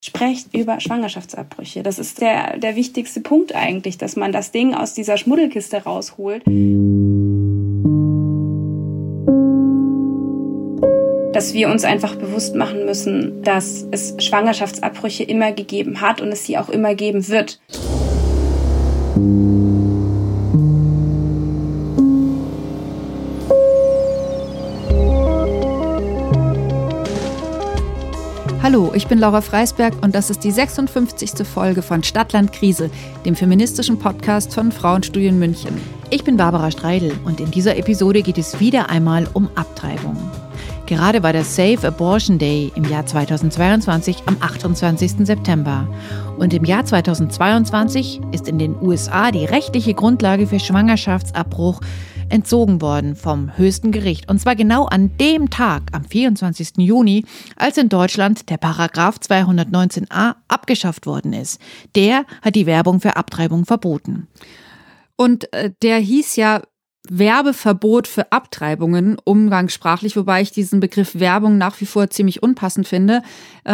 Sprecht über Schwangerschaftsabbrüche. Das ist der wichtigste Punkt eigentlich, dass man das Ding aus dieser Schmuddelkiste rausholt. Dass wir uns einfach bewusst machen müssen, dass es Schwangerschaftsabbrüche immer gegeben hat und es sie auch immer geben wird. Hallo, ich bin Laura Freisberg und das ist die 56. Folge von Stadtland Krise, dem feministischen Podcast von Frauenstudien München. Ich bin Barbara Streidel und in dieser Episode geht es wieder einmal um Abtreibung. Gerade war der Safe Abortion Day im Jahr 2022 am 28. September. Und im Jahr 2022 ist in den USA die rechtliche Grundlage für Schwangerschaftsabbruch entzogen worden vom höchsten Gericht. Und zwar genau an dem Tag, am 24. Juni, als in Deutschland der Paragraph 219a abgeschafft worden ist. Der hat die Werbung für Abtreibung verboten. Und der hieß ja Werbeverbot für Abtreibungen, umgangssprachlich, wobei ich diesen Begriff Werbung nach wie vor ziemlich unpassend finde.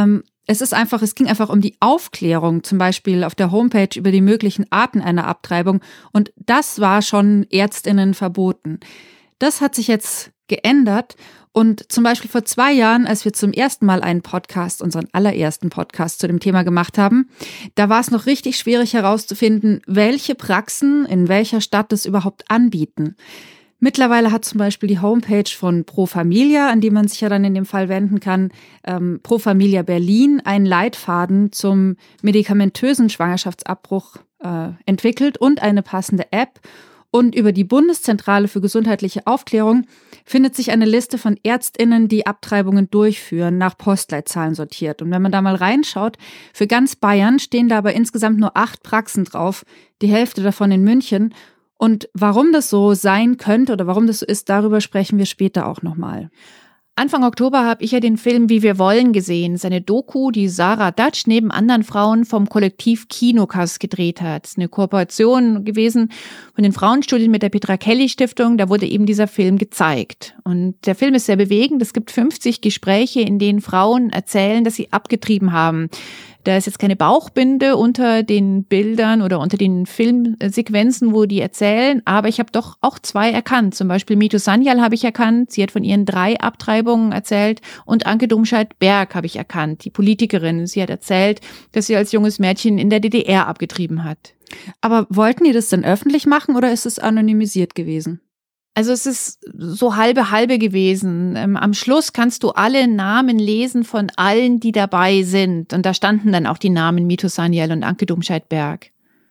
Es ging einfach um die Aufklärung, zum Beispiel auf der Homepage über die möglichen Arten einer Abtreibung. Und das war schon ÄrztInnen verboten. Das hat sich jetzt geändert. Und zum Beispiel vor 2 Jahren, als wir zum ersten Mal unseren allerersten Podcast zu dem Thema gemacht haben, da war es noch richtig schwierig herauszufinden, welche Praxen in welcher Stadt das überhaupt anbieten. Mittlerweile hat zum Beispiel die Homepage von Pro Familia, an die man sich ja dann in dem Fall wenden kann, Pro Familia Berlin, einen Leitfaden zum medikamentösen Schwangerschaftsabbruch entwickelt und eine passende App. Und über die Bundeszentrale für gesundheitliche Aufklärung findet sich eine Liste von ÄrztInnen, die Abtreibungen durchführen, nach Postleitzahlen sortiert. Und wenn man da mal reinschaut, für ganz Bayern stehen da aber insgesamt nur 8 Praxen drauf, die Hälfte davon in München. Und warum das so sein könnte oder warum das so ist, darüber sprechen wir später auch nochmal. Anfang Oktober habe ich ja den Film Wie wir wollen gesehen. Das ist eine Doku, die Sarah Dutsch neben anderen Frauen vom Kollektiv Kinokass gedreht hat. Das ist eine Kooperation gewesen von den Frauenstudien mit der Petra Kelly Stiftung. Da wurde eben dieser Film gezeigt. Und der Film ist sehr bewegend. Es gibt 50 Gespräche, in denen Frauen erzählen, dass sie abgetrieben haben. Da ist jetzt keine Bauchbinde unter den Bildern oder unter den Filmsequenzen, wo die erzählen, aber ich habe doch auch 2 erkannt. Zum Beispiel Mito Sanyal habe ich erkannt, sie hat von ihren 3 Abtreibungen erzählt, und Anke Domscheit-Berg habe ich erkannt, die Politikerin. Sie hat erzählt, dass sie als junges Mädchen in der DDR abgetrieben hat. Aber wollten die das denn öffentlich machen oder ist es anonymisiert gewesen? Also es ist so halbe gewesen. Am Schluss kannst du alle Namen lesen von allen, die dabei sind. Und da standen dann auch die Namen Mito Sanyal und Anke Domscheit-Berg.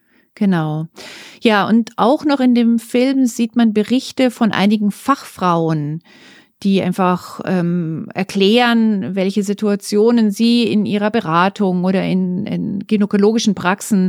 Genau. Ja, und auch noch in dem Film sieht man Berichte von einigen Fachfrauen, die einfach erklären, welche Situationen sie in ihrer Beratung oder in gynäkologischen Praxen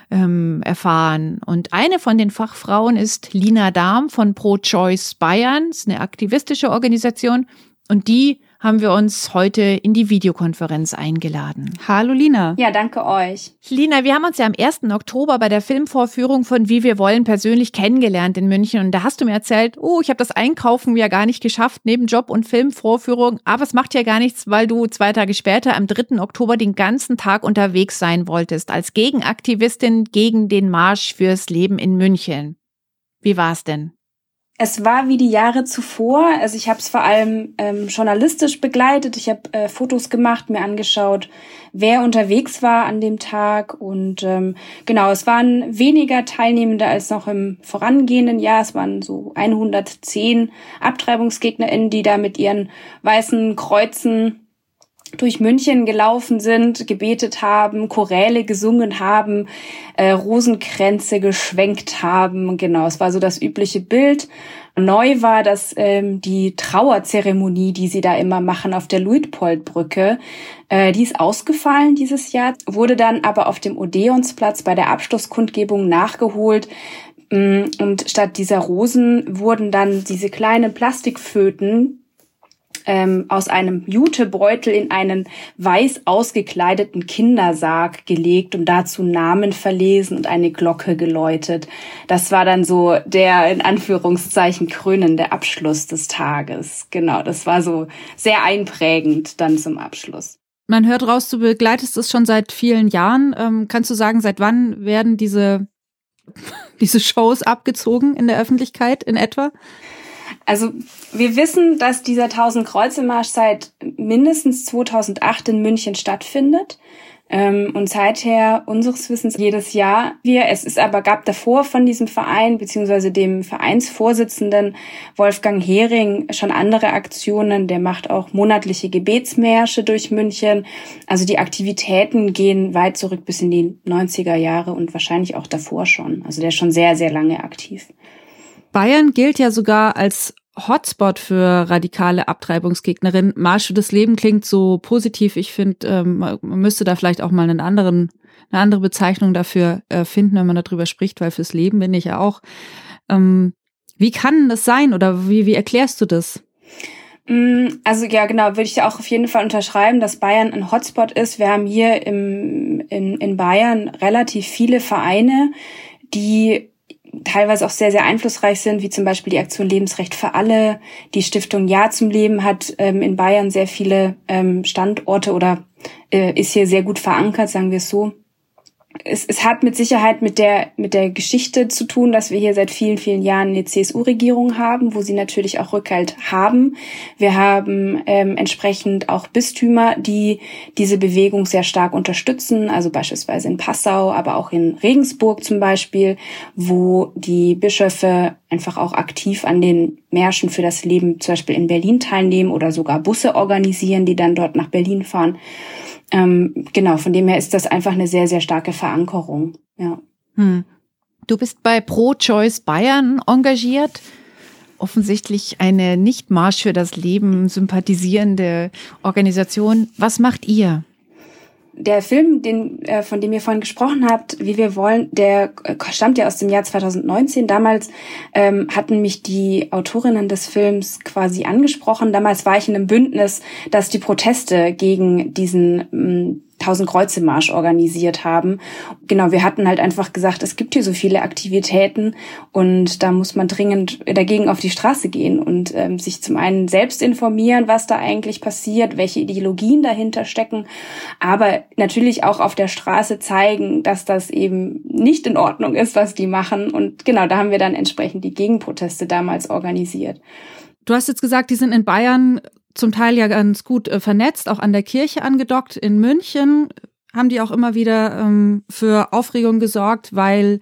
erfahren. Und eine von den Fachfrauen ist Lina Dahm von Pro-Choice Bayern. Das ist eine aktivistische Organisation. Und die haben wir uns heute in die Videokonferenz eingeladen. Hallo Lina. Ja, danke euch. Lina, wir haben uns ja am 1. Oktober bei der Filmvorführung von Wie wir wollen persönlich kennengelernt in München. Und da hast du mir erzählt, ich habe das Einkaufen ja gar nicht geschafft, neben Job und Filmvorführung. Aber es macht ja gar nichts, weil du 2 Tage später, am 3. Oktober, den ganzen Tag unterwegs sein wolltest, als Gegenaktivistin gegen den Marsch fürs Leben in München. Wie war's denn? Es war wie die Jahre zuvor. Also ich habe es vor allem journalistisch begleitet. Ich habe Fotos gemacht, mir angeschaut, wer unterwegs war an dem Tag. Und genau, es waren weniger Teilnehmende als noch im vorangehenden Jahr. Es waren so 110 AbtreibungsgegnerInnen, die da mit ihren weißen Kreuzen durch München gelaufen sind, gebetet haben, Choräle gesungen haben, Rosenkränze geschwenkt haben. Genau, es war so das übliche Bild. Neu war, dass die Trauerzeremonie, die sie da immer machen auf der Luitpoldbrücke, die ist ausgefallen dieses Jahr, wurde dann aber auf dem Odeonsplatz bei der Abschlusskundgebung nachgeholt. Und statt dieser Rosen wurden dann diese kleinen Plastikföten aus einem Jutebeutel in einen weiß ausgekleideten Kindersarg gelegt und dazu Namen verlesen und eine Glocke geläutet. Das war dann so der, in Anführungszeichen, krönende Abschluss des Tages. Genau, das war so sehr einprägend dann zum Abschluss. Man hört raus, du begleitest es schon seit vielen Jahren. Kannst du sagen, seit wann werden diese Shows abgezogen in der Öffentlichkeit in etwa? Also wir wissen, dass dieser 1000-Kreuze-Marsch seit mindestens 2008 in München stattfindet. Und seither unseres Wissens jedes Jahr. Gab davor von diesem Verein beziehungsweise dem Vereinsvorsitzenden Wolfgang Hering schon andere Aktionen. Der macht auch monatliche Gebetsmärsche durch München. Also die Aktivitäten gehen weit zurück bis in die 90er Jahre und wahrscheinlich auch davor schon. Also der ist schon sehr, sehr lange aktiv. Bayern gilt ja sogar als Hotspot für radikale Abtreibungsgegnerinnen. Marsch für das Leben klingt so positiv. Ich finde, man müsste da vielleicht auch mal eine andere Bezeichnung dafür finden, wenn man darüber spricht, weil fürs Leben bin ich ja auch. Wie kann das sein oder wie erklärst du das? Also ja, genau, würde ich auch auf jeden Fall unterschreiben, dass Bayern ein Hotspot ist. Wir haben hier in Bayern relativ viele Vereine, die teilweise auch sehr, sehr einflussreich sind, wie zum Beispiel die Aktion Lebensrecht für alle. Die Stiftung Ja zum Leben hat in Bayern sehr viele Standorte oder ist hier sehr gut verankert, sagen wir es so. Es hat mit Sicherheit mit der Geschichte zu tun, dass wir hier seit vielen, vielen Jahren eine CSU-Regierung haben, wo sie natürlich auch Rückhalt haben. Wir haben entsprechend auch Bistümer, die diese Bewegung sehr stark unterstützen, also beispielsweise in Passau, aber auch in Regensburg zum Beispiel, wo die Bischöfe einfach auch aktiv an den Märschen für das Leben zum Beispiel in Berlin teilnehmen oder sogar Busse organisieren, die dann dort nach Berlin fahren. Genau, von dem her ist das einfach eine sehr, sehr starke Verankerung. Ja. Du bist bei Pro-Choice Bayern engagiert. Offensichtlich eine nicht Marsch für das Leben sympathisierende Organisation. Was macht ihr? Der Film, von dem ihr vorhin gesprochen habt, Wie wir wollen, der stammt ja aus dem Jahr 2019. Damals hatten mich die Autorinnen des Films quasi angesprochen. Damals war ich in einem Bündnis, das die Proteste gegen diesen 1000-Kreuze-Marsch organisiert haben. Genau, wir hatten halt einfach gesagt, es gibt hier so viele Aktivitäten und da muss man dringend dagegen auf die Straße gehen und sich zum einen selbst informieren, was da eigentlich passiert, welche Ideologien dahinter stecken, aber natürlich auch auf der Straße zeigen, dass das eben nicht in Ordnung ist, was die machen. Und genau, da haben wir dann entsprechend die Gegenproteste damals organisiert. Du hast jetzt gesagt, die sind in Bayern zum Teil ja ganz gut vernetzt, auch an der Kirche angedockt. In München haben die auch immer wieder für Aufregung gesorgt, weil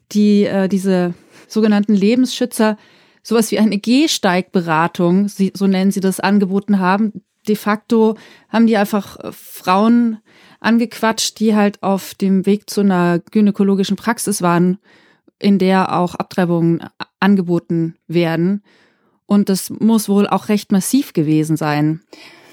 diese sogenannten Lebensschützer sowas wie eine Gehsteigberatung, so nennen sie das, angeboten haben. De facto haben die einfach Frauen angequatscht, die halt auf dem Weg zu einer gynäkologischen Praxis waren, in der auch Abtreibungen angeboten werden. Und das muss wohl auch recht massiv gewesen sein.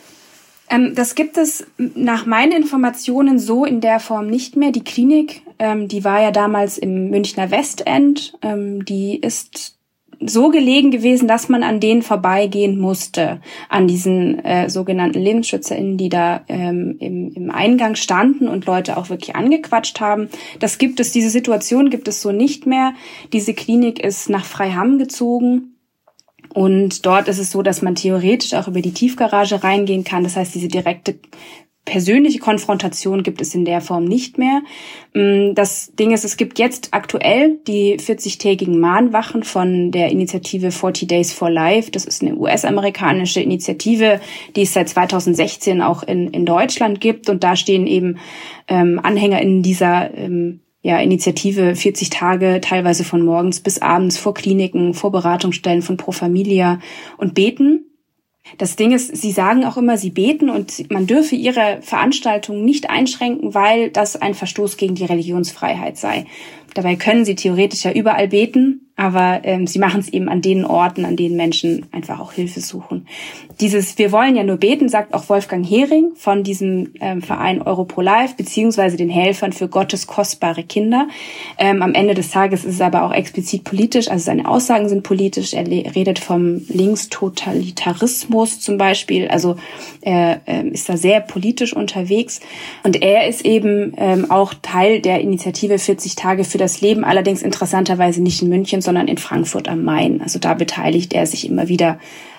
Das gibt es nach meinen Informationen so in der Form nicht mehr. Die Klinik, die war ja damals im Münchner Westend, die ist so gelegen gewesen, dass man an denen vorbeigehen musste, an diesen sogenannten LebensschützerInnen, die da im Eingang standen und Leute auch wirklich angequatscht haben. Diese Situation gibt es so nicht mehr. Diese Klinik ist nach Freiham gezogen. Und dort ist es so, dass man theoretisch auch über die Tiefgarage reingehen kann. Das heißt, diese direkte persönliche Konfrontation gibt es in der Form nicht mehr. Das Ding ist, es gibt jetzt aktuell die 40-tägigen Mahnwachen von der Initiative 40 Days for Life. Das ist eine US-amerikanische Initiative, die es seit 2016 auch in Deutschland gibt. Und da stehen eben AnhängerInnen dieser Initiative 40 Tage, teilweise von morgens bis abends vor Kliniken, vor Beratungsstellen von Pro Familia und beten. Das Ding ist, sie sagen auch immer, sie beten und man dürfe ihre Veranstaltungen nicht einschränken, weil das ein Verstoß gegen die Religionsfreiheit sei. Dabei können sie theoretisch ja überall beten, aber sie machen es eben an den Orten, an denen Menschen einfach auch Hilfe suchen. Wir wollen ja nur beten, sagt auch Wolfgang Hering von diesem Verein Euro-Pro-Life, beziehungsweise den Helfern für Gottes kostbare Kinder. Am Ende des Tages ist es aber auch explizit politisch, also seine Aussagen sind politisch. Er redet vom Linkstotalitarismus zum Beispiel, also er ist da sehr politisch unterwegs. Und er ist eben auch Teil der Initiative 40 Tage für das Leben, allerdings interessanterweise nicht in München, sondern in Frankfurt am Main. Also da beteiligt er sich immer wieder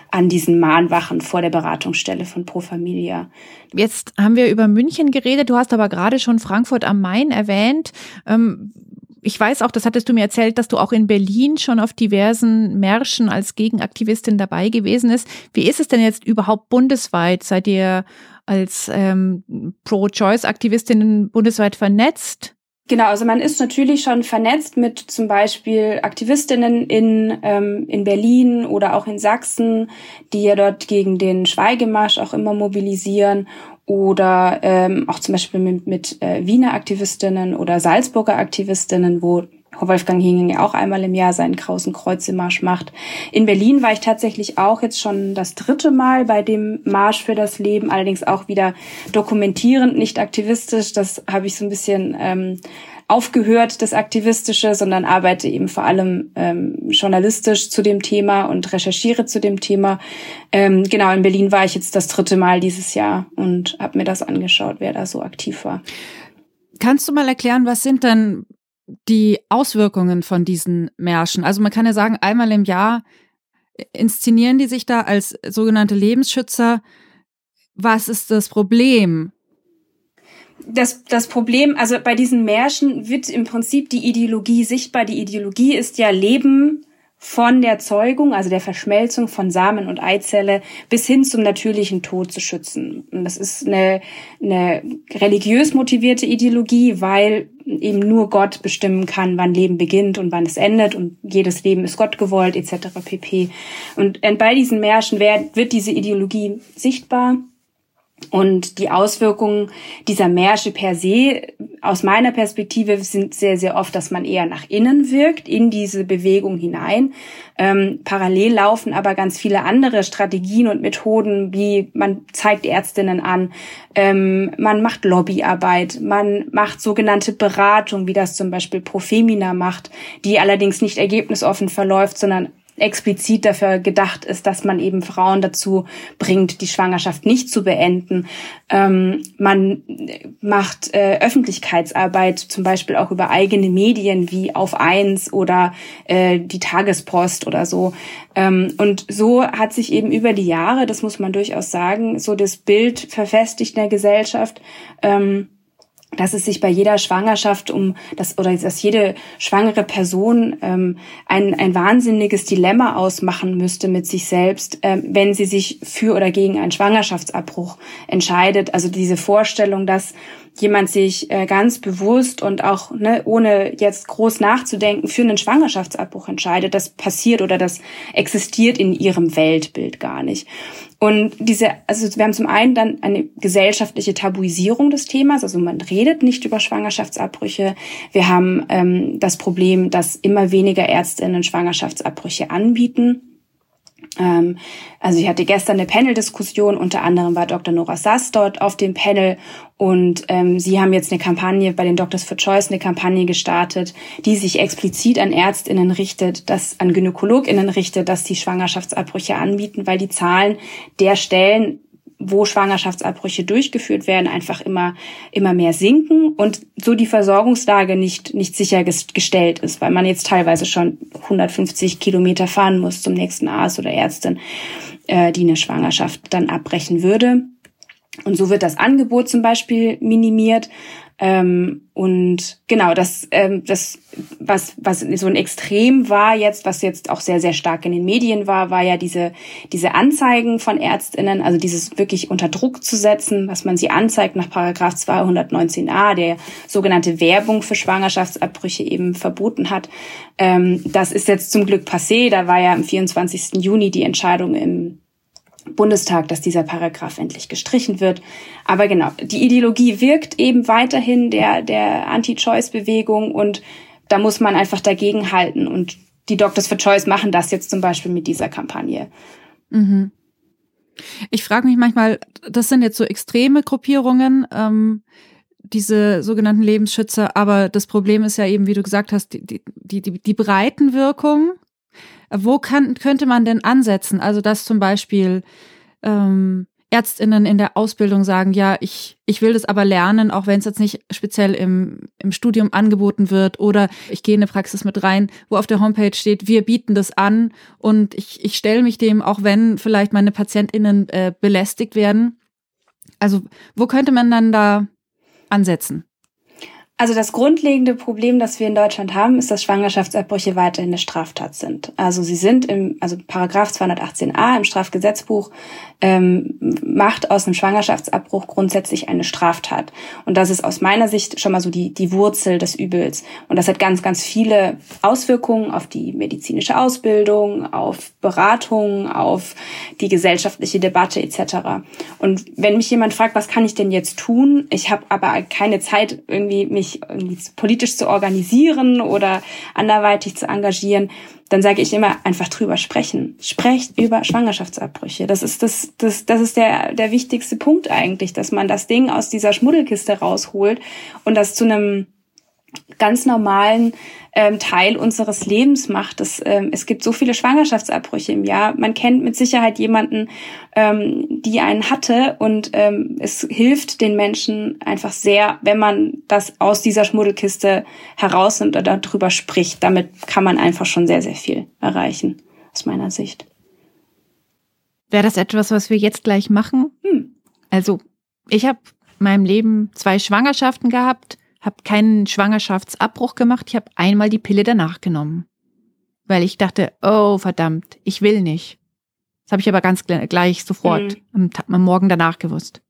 an diesen Mahnwachen vor der Beratungsstelle von Pro Familia. Jetzt haben wir über München geredet, du hast aber gerade schon Frankfurt am Main erwähnt. Ich weiß auch, das hattest du mir erzählt, dass du auch in Berlin schon auf diversen Märschen als Gegenaktivistin dabei gewesen bist. Wie ist es denn jetzt überhaupt bundesweit? Seid ihr als Pro-Choice-Aktivistinnen bundesweit vernetzt? Genau, also man ist natürlich schon vernetzt mit zum Beispiel Aktivistinnen in Berlin oder auch in Sachsen, die ja dort gegen den Schweigemarsch auch immer mobilisieren, oder auch zum Beispiel mit Wiener Aktivistinnen oder Salzburger Aktivistinnen, wo Wolfgang Hinging ja auch einmal im Jahr seinen Krausen Kreuzemarsch macht. In Berlin war ich tatsächlich auch jetzt schon das 3. Mal bei dem Marsch für das Leben, allerdings auch wieder dokumentierend, nicht aktivistisch. Das habe ich so ein bisschen aufgehört, das Aktivistische, sondern arbeite eben vor allem journalistisch zu dem Thema und recherchiere zu dem Thema. Genau, in Berlin war ich jetzt das 3. Mal dieses Jahr und habe mir das angeschaut, wer da so aktiv war. Kannst du mal erklären, was sind denn die Auswirkungen von diesen Märschen? Also man kann ja sagen, einmal im Jahr inszenieren die sich da als sogenannte Lebensschützer. Was ist das Problem? Das Problem, also bei diesen Märschen wird im Prinzip die Ideologie sichtbar. Die Ideologie ist ja Leben von der Zeugung, also der Verschmelzung von Samen und Eizelle bis hin zum natürlichen Tod zu schützen. Und das ist eine religiös motivierte Ideologie, weil eben nur Gott bestimmen kann, wann Leben beginnt und wann es endet, und jedes Leben ist Gott gewollt etc. pp. Und bei diesen Märschen wird diese Ideologie sichtbar. Und die Auswirkungen dieser Märsche per se, aus meiner Perspektive, sind sehr, sehr oft, dass man eher nach innen wirkt, in diese Bewegung hinein. Parallel laufen aber ganz viele andere Strategien und Methoden, wie man zeigt Ärztinnen an, man macht Lobbyarbeit, man macht sogenannte Beratung, wie das zum Beispiel Pro Femina macht, die allerdings nicht ergebnisoffen verläuft, sondern explizit dafür gedacht ist, dass man eben Frauen dazu bringt, die Schwangerschaft nicht zu beenden. Man macht Öffentlichkeitsarbeit, zum Beispiel auch über eigene Medien wie Auf 1 oder die Tagespost oder so. Und so hat sich eben über die Jahre, das muss man durchaus sagen, so das Bild verfestigt in der Gesellschaft, dass es sich bei jeder Schwangerschaft dass jede schwangere Person ein wahnsinniges Dilemma ausmachen müsste mit sich selbst, wenn sie sich für oder gegen einen Schwangerschaftsabbruch entscheidet. Also diese Vorstellung, dass jemand sich ganz bewusst und auch ohne jetzt groß nachzudenken für einen Schwangerschaftsabbruch entscheidet, das passiert oder das existiert in ihrem Weltbild gar nicht. Und wir haben zum einen dann eine gesellschaftliche Tabuisierung des Themas, also man redet nicht über Schwangerschaftsabbrüche. Wir haben das Problem, dass immer weniger Ärztinnen Schwangerschaftsabbrüche anbieten. Also ich hatte gestern eine Panel-Diskussion, unter anderem war Dr. Nora Sass dort auf dem Panel, und sie haben jetzt eine Kampagne bei den Doctors for Choice, eine Kampagne gestartet, die sich explizit an ÄrztInnen richtet, an GynäkologInnen richtet, dass die Schwangerschaftsabbrüche anbieten, weil die Zahlen der Stellen, wo Schwangerschaftsabbrüche durchgeführt werden, einfach immer mehr sinken und so die Versorgungslage nicht sichergestellt ist, weil man jetzt teilweise schon 150 Kilometer fahren muss zum nächsten Arzt oder Ärztin, die eine Schwangerschaft dann abbrechen würde. Und so wird das Angebot zum Beispiel minimiert. Und genau, was so ein Extrem war jetzt, was jetzt auch sehr, sehr stark in den Medien war ja diese Anzeigen von ÄrztInnen, also dieses wirklich unter Druck zu setzen, dass man sie anzeigt nach Paragraph 219a, der sogenannte Werbung für Schwangerschaftsabbrüche eben verboten hat. Das ist jetzt zum Glück passé. Da war ja am 24. Juni die Entscheidung im Bundestag, dass dieser Paragraph endlich gestrichen wird. Aber genau, die Ideologie wirkt eben weiterhin der Anti-Choice-Bewegung, und da muss man einfach dagegen halten. Und die Doctors for Choice machen das jetzt zum Beispiel mit dieser Kampagne. Mhm. Ich frage mich manchmal, das sind jetzt so extreme Gruppierungen, diese sogenannten Lebensschützer, aber das Problem ist ja eben, wie du gesagt hast, die Breitenwirkung. Wo könnte man denn ansetzen? Also dass zum Beispiel ÄrztInnen in der Ausbildung sagen, ja, ich will das aber lernen, auch wenn es jetzt nicht speziell im Studium angeboten wird, oder ich gehe in eine Praxis mit rein, wo auf der Homepage steht, wir bieten das an und ich stelle mich dem, auch wenn vielleicht meine PatientInnen belästigt werden. Also wo könnte man dann da ansetzen? Also das grundlegende Problem, das wir in Deutschland haben, ist, dass Schwangerschaftsabbrüche weiterhin eine Straftat sind. Also sie sind Paragraph 218a im Strafgesetzbuch macht aus einem Schwangerschaftsabbruch grundsätzlich eine Straftat. Und das ist aus meiner Sicht schon mal so die Wurzel des Übels. Und das hat ganz, ganz viele Auswirkungen auf die medizinische Ausbildung, auf Beratung, auf die gesellschaftliche Debatte etc. Und wenn mich jemand fragt, was kann ich denn jetzt tun? Ich habe aber keine Zeit, mich politisch zu organisieren oder anderweitig zu engagieren, dann sage ich immer, einfach drüber sprechen. Sprecht über Schwangerschaftsabbrüche. Das ist der wichtigste Punkt eigentlich, dass man das Ding aus dieser Schmuddelkiste rausholt und das zu einem ganz normalen Teil unseres Lebens macht. Es gibt so viele Schwangerschaftsabbrüche im Jahr. Man kennt mit Sicherheit jemanden, die einen hatte, und es hilft den Menschen einfach sehr, wenn man das aus dieser Schmuddelkiste herausnimmt oder darüber spricht. Damit kann man einfach schon sehr, sehr viel erreichen, aus meiner Sicht. Wäre das etwas, was wir jetzt gleich machen? Also, ich habe in meinem Leben 2 Schwangerschaften gehabt, habe keinen Schwangerschaftsabbruch gemacht, ich habe einmal die Pille danach genommen, weil ich dachte, oh verdammt, ich will nicht. Das habe ich aber ganz gleich sofort am Morgen danach gewusst.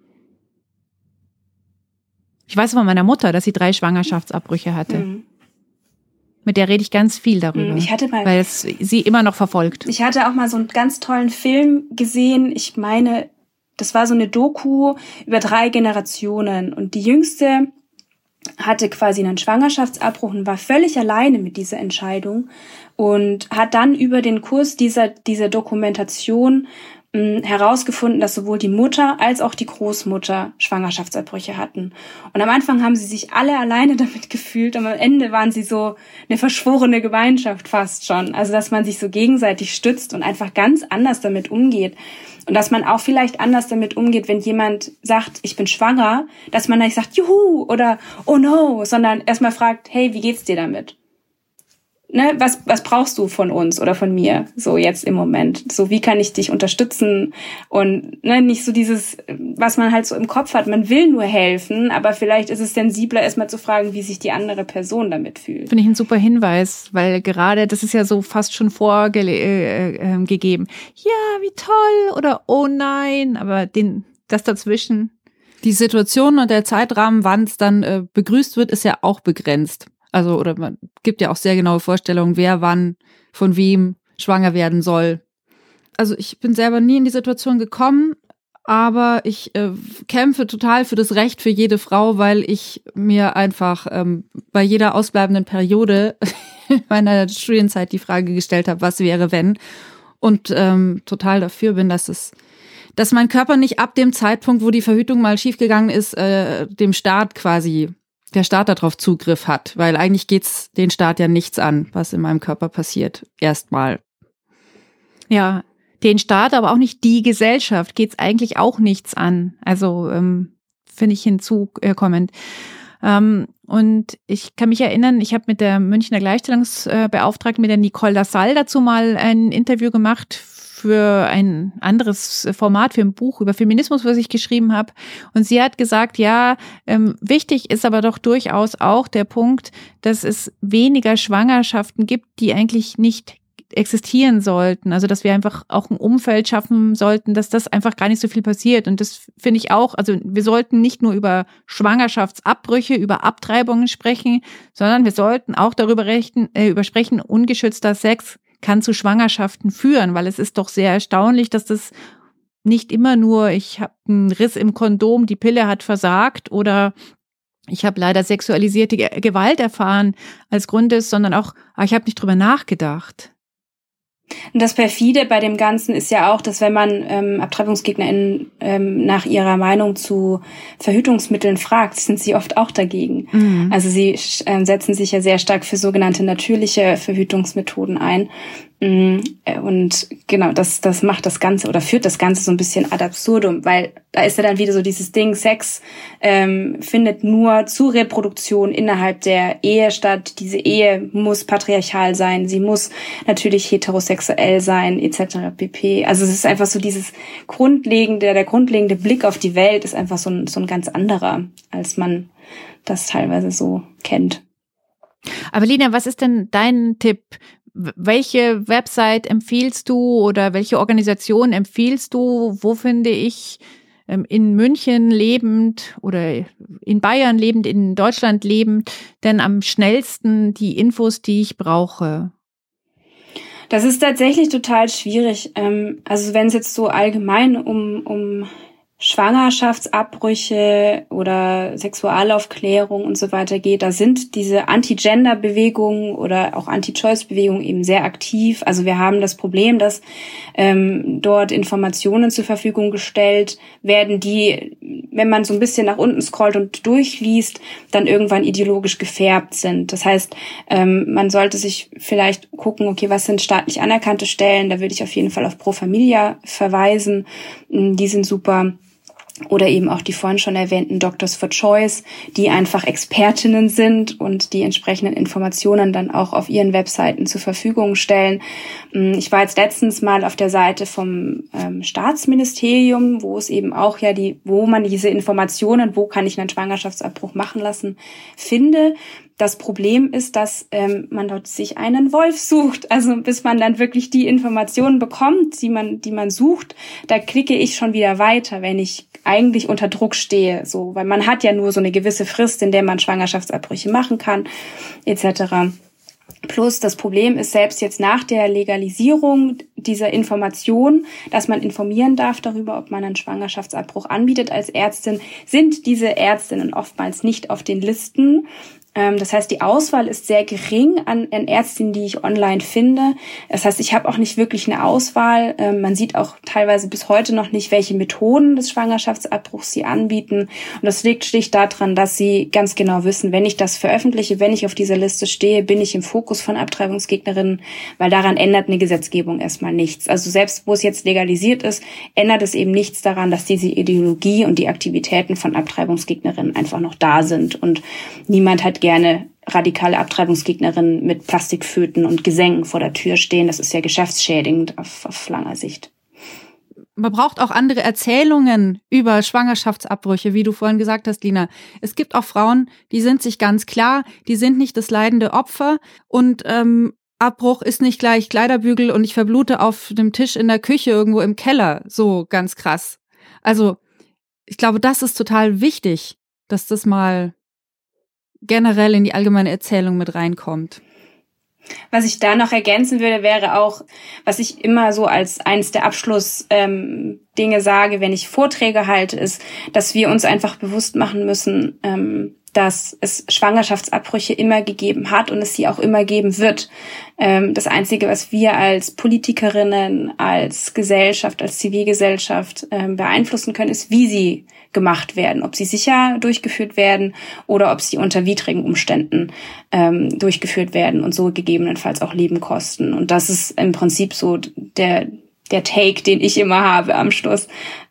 Ich weiß von meiner Mutter, dass sie 3 Schwangerschaftsabbrüche hatte. Mit der rede ich ganz viel darüber, weil es sie immer noch verfolgt. Ich hatte auch mal so einen ganz tollen Film gesehen, ich meine, das war so eine Doku über 3 Generationen, und die jüngste hatte quasi einen Schwangerschaftsabbruch und war völlig alleine mit dieser Entscheidung und hat dann über den Kurs dieser Dokumentation herausgefunden, dass sowohl die Mutter als auch die Großmutter Schwangerschaftsabbrüche hatten. Und am Anfang haben sie sich alle alleine damit gefühlt, und am Ende waren sie so eine verschworene Gemeinschaft fast schon. Also dass man sich so gegenseitig stützt und einfach ganz anders damit umgeht. Und dass man auch vielleicht anders damit umgeht, wenn jemand sagt, ich bin schwanger, dass man nicht sagt, juhu oder oh no, sondern erstmal fragt, hey, wie geht's dir damit? Ne, was brauchst du von uns oder von mir so jetzt im Moment? So, wie kann ich dich unterstützen? Und nicht so dieses, was man halt so im Kopf hat, man will nur helfen, aber vielleicht ist es sensibler, erstmal zu fragen, wie sich die andere Person damit fühlt. Finde ich ein super Hinweis, weil gerade, das ist ja so fast schon vorgegeben. Ja, wie toll oder oh nein, aber das dazwischen. Die Situation und der Zeitrahmen, wann es dann begrüßt wird, ist ja auch begrenzt. Also, oder man gibt ja auch sehr genaue Vorstellungen, wer wann von wem schwanger werden soll. Also ich bin selber nie in die Situation gekommen, aber ich kämpfe total für das Recht für jede Frau, weil ich mir einfach bei jeder ausbleibenden Periode in meiner Studienzeit die Frage gestellt habe, was wäre, wenn? Und total dafür bin, dass mein Körper nicht ab dem Zeitpunkt, wo die Verhütung mal schiefgegangen ist, dem Staat quasi der Staat darauf Zugriff hat, weil eigentlich geht's den Staat ja nichts an, was in meinem Körper passiert, erstmal. Ja, den Staat, aber auch nicht die Gesellschaft geht's eigentlich auch nichts an. Also finde ich hinzukommend. Und ich kann mich erinnern, ich habe mit der Münchner Gleichstellungsbeauftragten, mit der Nicole Lassalle dazu mal ein Interview gemacht für ein anderes Format, für ein Buch über Feminismus, was ich geschrieben habe. Und sie hat gesagt, ja, wichtig ist aber doch durchaus auch der Punkt, dass es weniger Schwangerschaften gibt, die eigentlich nicht existieren sollten. Also, dass wir einfach auch ein Umfeld schaffen sollten, dass das einfach gar nicht so viel passiert. Und das finde ich auch, also wir sollten nicht nur über Schwangerschaftsabbrüche, über Abtreibungen sprechen, sondern wir sollten auch darüber sprechen, ungeschützter Sex kann zu Schwangerschaften führen, weil es ist doch sehr erstaunlich, dass das nicht immer nur, ich habe einen Riss im Kondom, die Pille hat versagt oder ich habe leider sexualisierte Gewalt erfahren als Grund ist, sondern auch, ich habe nicht drüber nachgedacht. Und das Perfide bei dem Ganzen ist ja auch, dass wenn man AbtreibungsgegnerInnen nach ihrer Meinung zu Verhütungsmitteln fragt, sind sie oft auch dagegen. Also sie setzen sich ja sehr stark für sogenannte natürliche Verhütungsmethoden ein. Und genau, das macht das Ganze oder führt das Ganze so ein bisschen ad absurdum, weil da ist ja dann wieder so dieses Ding, Sex findet nur zur Reproduktion innerhalb der Ehe statt. Diese Ehe muss patriarchal sein, sie muss natürlich heterosexuell sein, etc. pp. Also es ist einfach so dieses der grundlegende Blick auf die Welt ist einfach so ein ganz anderer, als man das teilweise so kennt. Aber Lina, was ist denn dein Tipp? Welche Website empfiehlst du oder welche Organisation empfiehlst du? Wo finde ich in München lebend oder in Bayern lebend, in Deutschland lebend, denn am schnellsten die Infos, die ich brauche? Das ist tatsächlich total schwierig. Also wenn es jetzt so allgemein um Schwangerschaftsabbrüche oder Sexualaufklärung und so weiter geht, da sind diese Anti-Gender-Bewegungen oder auch Anti-Choice-Bewegungen eben sehr aktiv. Also wir haben das Problem, dass dort Informationen zur Verfügung gestellt werden, die, wenn man so ein bisschen nach unten scrollt und durchliest, dann irgendwann ideologisch gefärbt sind. Das heißt, man sollte sich vielleicht gucken, okay, was sind staatlich anerkannte Stellen? Da würde ich auf jeden Fall auf Pro Familia verweisen. Die sind super. Oder eben auch die vorhin schon erwähnten Doctors for Choice, die einfach Expertinnen sind und die entsprechenden Informationen dann auch auf ihren Webseiten zur Verfügung stellen. Ich war jetzt letztens mal auf der Seite vom Staatsministerium, wo es eben auch wo man diese Informationen, wo kann ich einen Schwangerschaftsabbruch machen lassen, finde. Das Problem ist, dass man dort sich einen Wolf sucht. Also bis man dann wirklich die Informationen bekommt, die man sucht, da klicke ich schon wieder weiter, wenn ich eigentlich unter Druck stehe. So, weil man hat ja nur so eine gewisse Frist, in der man Schwangerschaftsabbrüche machen kann, etc. Plus das Problem ist selbst jetzt nach der Legalisierung dieser Information, dass man informieren darf darüber, ob man einen Schwangerschaftsabbruch anbietet als Ärztin, sind diese Ärztinnen oftmals nicht auf den Listen. Das heißt, die Auswahl ist sehr gering an Ärztinnen, die ich online finde. Das heißt, ich habe auch nicht wirklich eine Auswahl. Man sieht auch teilweise bis heute noch nicht, welche Methoden des Schwangerschaftsabbruchs sie anbieten. Und das liegt schlicht daran, dass sie ganz genau wissen, wenn ich das veröffentliche, wenn ich auf dieser Liste stehe, bin ich im Fokus von Abtreibungsgegnerinnen, weil daran ändert eine Gesetzgebung erstmal nichts. Also selbst wo es jetzt legalisiert ist, ändert es eben nichts daran, dass diese Ideologie und die Aktivitäten von Abtreibungsgegnerinnen einfach noch da sind. Und niemand hat gerne radikale Abtreibungsgegnerinnen mit Plastikföten und Gesängen vor der Tür stehen. Das ist ja geschäftsschädigend auf langer Sicht. Man braucht auch andere Erzählungen über Schwangerschaftsabbrüche, wie du vorhin gesagt hast, Lina. Es gibt auch Frauen, die sind sich ganz klar, die sind nicht das leidende Opfer und Abbruch ist nicht gleich Kleiderbügel und ich verblute auf dem Tisch in der Küche irgendwo im Keller. So ganz krass. Also ich glaube, das ist total wichtig, dass das mal generell in die allgemeine Erzählung mit reinkommt. Was ich da noch ergänzen würde, wäre auch, was ich immer so als eines der Abschlussdinge sage, wenn ich Vorträge halte, ist, dass wir uns einfach bewusst machen müssen, dass es Schwangerschaftsabbrüche immer gegeben hat und es sie auch immer geben wird. Das Einzige, was wir als Politikerinnen, als Gesellschaft, als Zivilgesellschaft beeinflussen können, ist, wie sie gemacht werden, ob sie sicher durchgeführt werden oder ob sie unter widrigen Umständen durchgeführt werden und so gegebenenfalls auch Leben kosten. Und das ist im Prinzip so der Take, den ich immer habe am Schluss,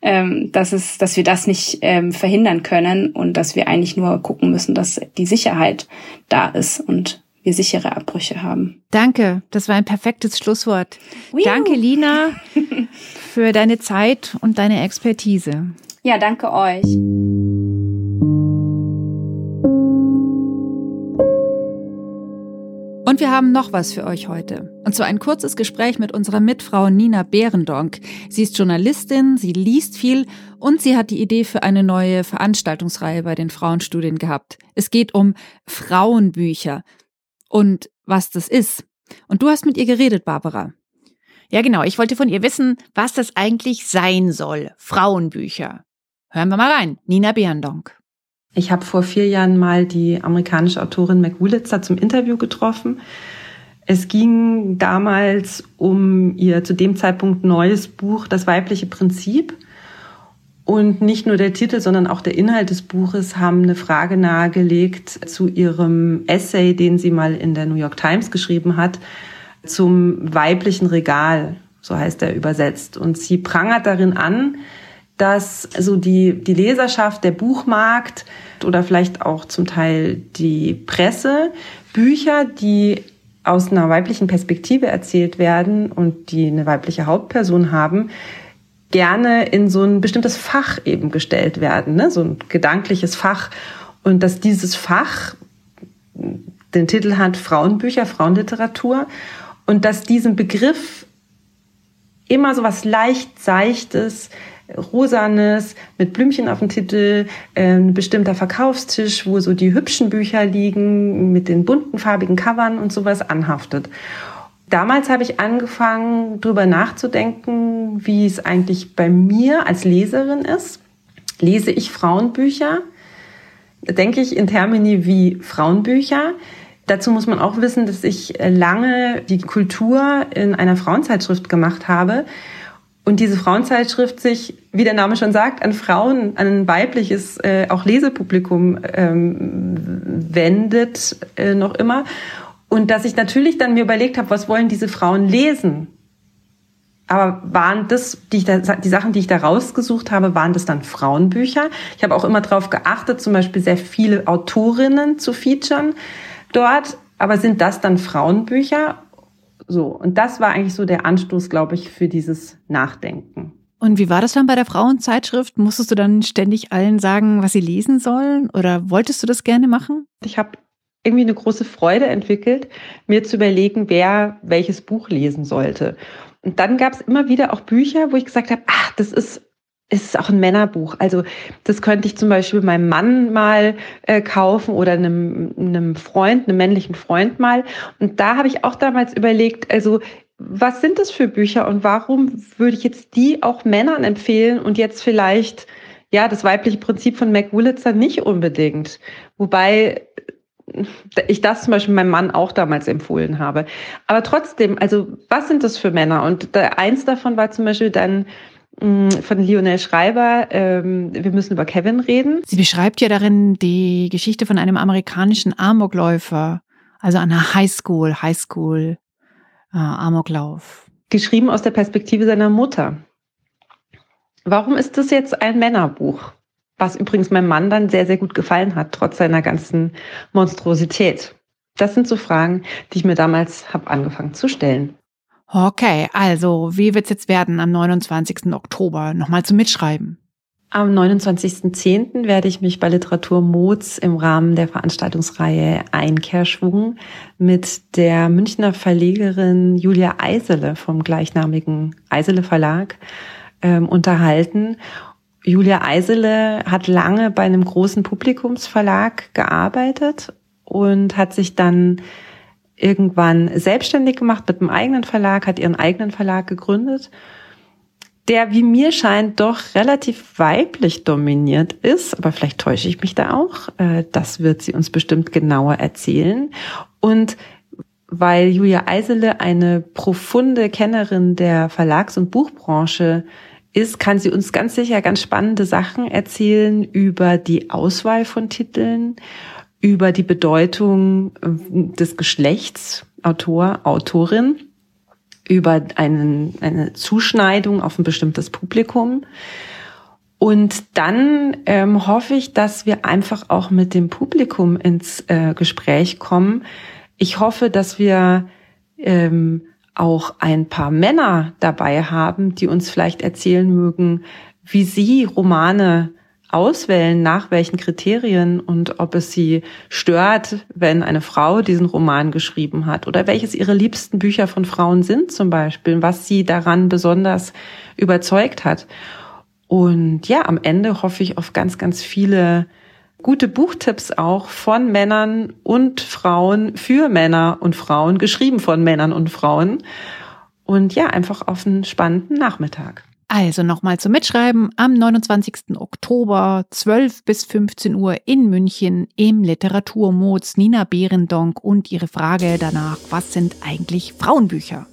dass wir das nicht verhindern können und dass wir eigentlich nur gucken müssen, dass die Sicherheit da ist und wir sichere Abbrüche haben. Danke, das war ein perfektes Schlusswort. Danke, Lina, für deine Zeit und deine Expertise. Ja, danke euch. Und wir haben noch was für euch heute. Und zwar ein kurzes Gespräch mit unserer Mitfrau Nina Behrendonck. Sie ist Journalistin, sie liest viel und sie hat die Idee für eine neue Veranstaltungsreihe bei den Frauenstudien gehabt. Es geht um Frauenbücher und was das ist. Und du hast mit ihr geredet, Barbara. Ja, genau. Ich wollte von ihr wissen, was das eigentlich sein soll. Frauenbücher. Hören wir mal rein. Nina Behrendonck. Ich habe vor 4 Jahren mal die amerikanische Autorin Meg Wolitzer zum Interview getroffen. Es ging damals um ihr zu dem Zeitpunkt neues Buch, Das weibliche Prinzip. Und nicht nur der Titel, sondern auch der Inhalt des Buches haben eine Frage nahegelegt zu ihrem Essay, den sie mal in der New York Times geschrieben hat, zum weiblichen Regal, so heißt er übersetzt. Und sie prangert darin an, dass so die Leserschaft, der Buchmarkt oder vielleicht auch zum Teil die Presse, Bücher, die aus einer weiblichen Perspektive erzählt werden und die eine weibliche Hauptperson haben, gerne in so ein bestimmtes Fach eben gestellt werden, ne? So ein gedankliches Fach. Und dass dieses Fach den Titel hat Frauenbücher, Frauenliteratur, und dass diesem Begriff immer so was leicht Seichtes, Rosanes, mit Blümchen auf dem Titel, ein bestimmter Verkaufstisch, wo so die hübschen Bücher liegen, mit den bunten, farbigen Covern und sowas anhaftet. Damals habe ich angefangen, drüber nachzudenken, wie es eigentlich bei mir als Leserin ist. Lese ich Frauenbücher? Denke ich in Termini wie Frauenbücher? Dazu muss man auch wissen, dass ich lange die Kultur in einer Frauenzeitschrift gemacht habe und diese Frauenzeitschrift sich, wie der Name schon sagt, an Frauen, an ein weibliches auch Lesepublikum wendet noch immer. Und dass ich natürlich dann mir überlegt habe, was wollen diese Frauen lesen? Aber waren das, die Sachen, die ich da rausgesucht habe, waren das dann Frauenbücher? Ich habe auch immer darauf geachtet, zum Beispiel sehr viele Autorinnen zu featuren dort. Aber sind das dann Frauenbücher? So. Und das war eigentlich so der Anstoß, glaube ich, für dieses Nachdenken. Und wie war das dann bei der Frauenzeitschrift? Musstest du dann ständig allen sagen, was sie lesen sollen? Oder wolltest du das gerne machen? Ich habe irgendwie eine große Freude entwickelt, mir zu überlegen, wer welches Buch lesen sollte. Und dann gab es immer wieder auch Bücher, wo ich gesagt habe, das ist auch ein Männerbuch. Also das könnte ich zum Beispiel meinem Mann mal kaufen oder einem Freund, einem männlichen Freund mal. Und da habe ich auch damals überlegt, also was sind das für Bücher und warum würde ich jetzt die auch Männern empfehlen und jetzt vielleicht das weibliche Prinzip von Meg Wolitzer nicht unbedingt. Wobei ich das zum Beispiel meinem Mann auch damals empfohlen habe. Aber trotzdem, also was sind das für Männer? Und eins davon war zum Beispiel dann von Lionel Schreiber, wir müssen über Kevin reden. Sie beschreibt ja darin die Geschichte von einem amerikanischen Amokläufer, also einer Highschool Amoklauf. Geschrieben aus der Perspektive seiner Mutter. Warum ist das jetzt ein Männerbuch? Was übrigens meinem Mann dann sehr, sehr gut gefallen hat, trotz seiner ganzen Monstrosität. Das sind so Fragen, die ich mir damals habe angefangen zu stellen. Okay, also wie wird's jetzt werden am 29. Oktober? Nochmal zum Mitschreiben. Am 29.10. werde ich mich bei Literatur Moz im Rahmen der Veranstaltungsreihe Einkehrschwung mit der Münchner Verlegerin Julia Eisele vom gleichnamigen Eisele Verlag unterhalten. Julia Eisele hat lange bei einem großen Publikumsverlag gearbeitet und hat sich dann irgendwann selbstständig gemacht mit einem eigenen Verlag, hat ihren eigenen Verlag gegründet, der, wie mir scheint, doch relativ weiblich dominiert ist. Aber vielleicht täusche ich mich da auch. Das wird sie uns bestimmt genauer erzählen. Und weil Julia Eisele eine profunde Kennerin der Verlags- und Buchbranche ist, kann sie uns ganz sicher ganz spannende Sachen erzählen über die Auswahl von Titeln, über die Bedeutung des Geschlechts, Autor, Autorin, über eine Zuschneidung auf ein bestimmtes Publikum. Und dann hoffe ich, dass wir einfach auch mit dem Publikum ins Gespräch kommen. Ich hoffe, dass wir auch ein paar Männer dabei haben, die uns vielleicht erzählen mögen, wie sie Romane auswählen, nach welchen Kriterien und ob es sie stört, wenn eine Frau diesen Roman geschrieben hat oder welches ihre liebsten Bücher von Frauen sind zum Beispiel, was sie daran besonders überzeugt hat. Und ja, am Ende hoffe ich auf ganz, ganz viele gute Buchtipps auch von Männern und Frauen für Männer und Frauen, geschrieben von Männern und Frauen. Und ja, einfach auf einen spannenden Nachmittag. Also nochmal zum Mitschreiben am 29. Oktober 12 bis 15 Uhr in München im Literatur Moz. Nina Behrendonck und ihre Frage danach, was sind eigentlich Frauenbücher?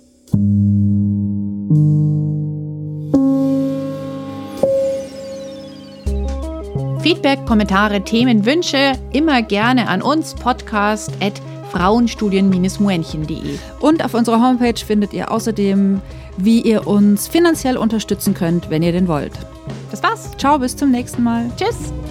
Feedback, Kommentare, Themen, Wünsche immer gerne an uns, podcast@ frauenstudien-muenchen.de. Und auf unserer Homepage findet ihr außerdem, wie ihr uns finanziell unterstützen könnt, wenn ihr denn wollt. Das war's. Ciao, bis zum nächsten Mal. Tschüss.